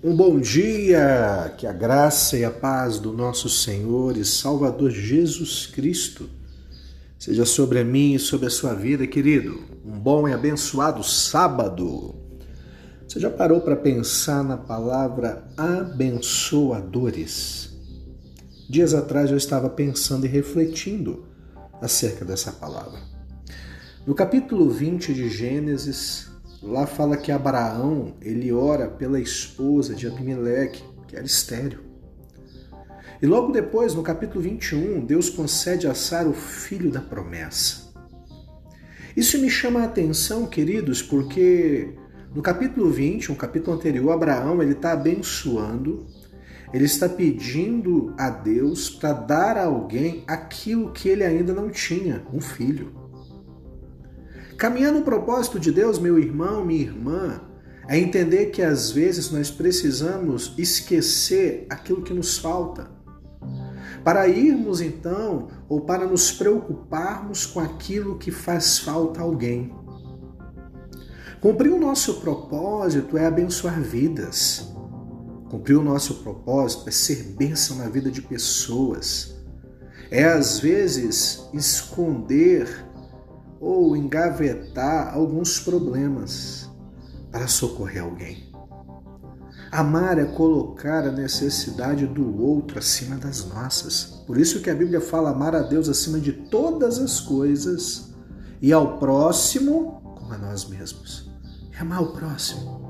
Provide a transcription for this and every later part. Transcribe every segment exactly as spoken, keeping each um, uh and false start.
Um bom dia, que a graça e a paz do nosso Senhor e Salvador Jesus Cristo seja sobre a mim e sobre a sua vida, querido. Um bom e abençoado sábado. Você já parou para pensar na palavra abençoadores? Dias atrás eu estava pensando e refletindo acerca dessa palavra. No capítulo vinte de Gênesis, lá fala que Abraão, ele ora pela esposa de Abimeleque, que era estéril. E logo depois, no capítulo vinte e um, Deus concede a Sara o filho da promessa. Isso me chama a atenção, queridos, porque no capítulo vinte, um capítulo anterior, Abraão ele está abençoando, ele está pedindo a Deus para dar a alguém aquilo que ele ainda não tinha, um filho. Caminhar no propósito de Deus, meu irmão, minha irmã, é entender que às vezes nós precisamos esquecer aquilo que nos falta, para irmos então, ou para nos preocuparmos com aquilo que faz falta a alguém. Cumprir o nosso propósito é abençoar vidas. Cumprir o nosso propósito é ser bênção na vida de pessoas. É às vezes esconder ou engavetar alguns problemas para socorrer alguém. Amar é colocar a necessidade do outro acima das nossas. Por isso que a Bíblia fala amar a Deus acima de todas as coisas e ao próximo como a nós mesmos. É amar o próximo.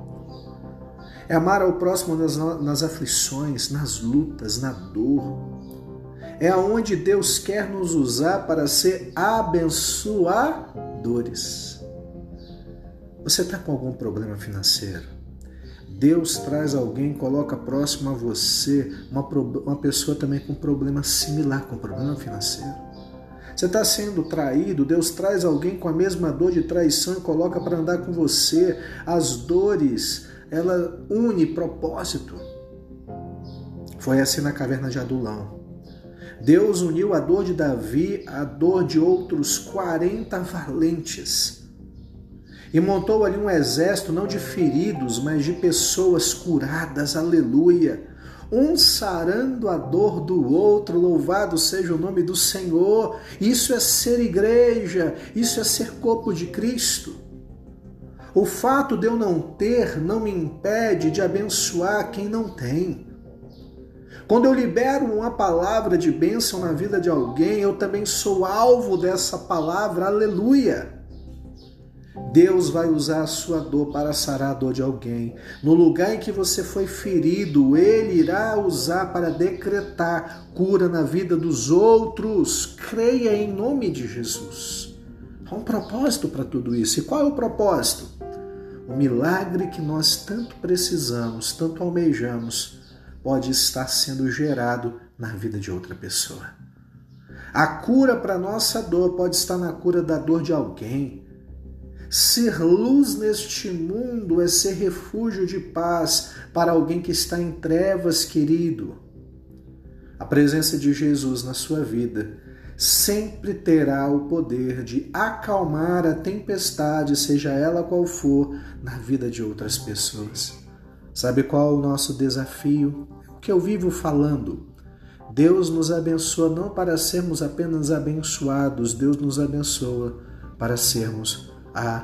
É amar ao próximo nas, nas aflições, nas lutas, na dor. É aonde Deus quer nos usar para ser abençoadores. Você está com algum problema financeiro? Deus traz alguém, coloca próximo a você uma, uma pessoa também com problema similar, com problema financeiro. Você está sendo traído, Deus traz alguém com a mesma dor de traição e coloca para andar com você. As dores, ela une propósito. Foi assim na caverna de Adulão. Deus uniu a dor de Davi à dor de outros quarenta valentes e montou ali um exército não de feridos, mas de pessoas curadas, aleluia, um sarando a dor do outro, louvado seja o nome do Senhor. Isso é ser igreja, isso é ser corpo de Cristo. O fato de eu não ter não me impede de abençoar quem não tem. Quando eu libero uma palavra de bênção na vida de alguém, eu também sou alvo dessa palavra, aleluia. Deus vai usar a sua dor para sarar a dor de alguém. No lugar em que você foi ferido, Ele irá usar para decretar cura na vida dos outros. Creia em nome de Jesus. Há um propósito para tudo isso. E qual é o propósito? O milagre que nós tanto precisamos, tanto almejamos, pode estar sendo gerado na vida de outra pessoa. A cura para a nossa dor pode estar na cura da dor de alguém. Ser luz neste mundo é ser refúgio de paz para alguém que está em trevas, querido. A presença de Jesus na sua vida sempre terá o poder de acalmar a tempestade, seja ela qual for, na vida de outras pessoas. Sabe qual é o nosso desafio? É o que eu vivo falando. Deus nos abençoa não para sermos apenas abençoados, Deus nos abençoa para sermos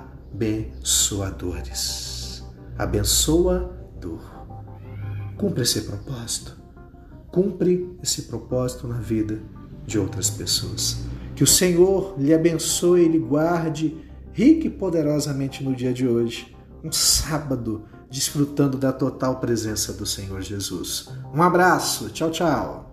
abençoadores. Abençoador. Cumpre esse propósito. Cumpre esse propósito na vida de outras pessoas. Que o Senhor lhe abençoe e lhe guarde rica e poderosamente no dia de hoje. Um sábado desfrutando da total presença do Senhor Jesus. Um abraço, tchau, tchau.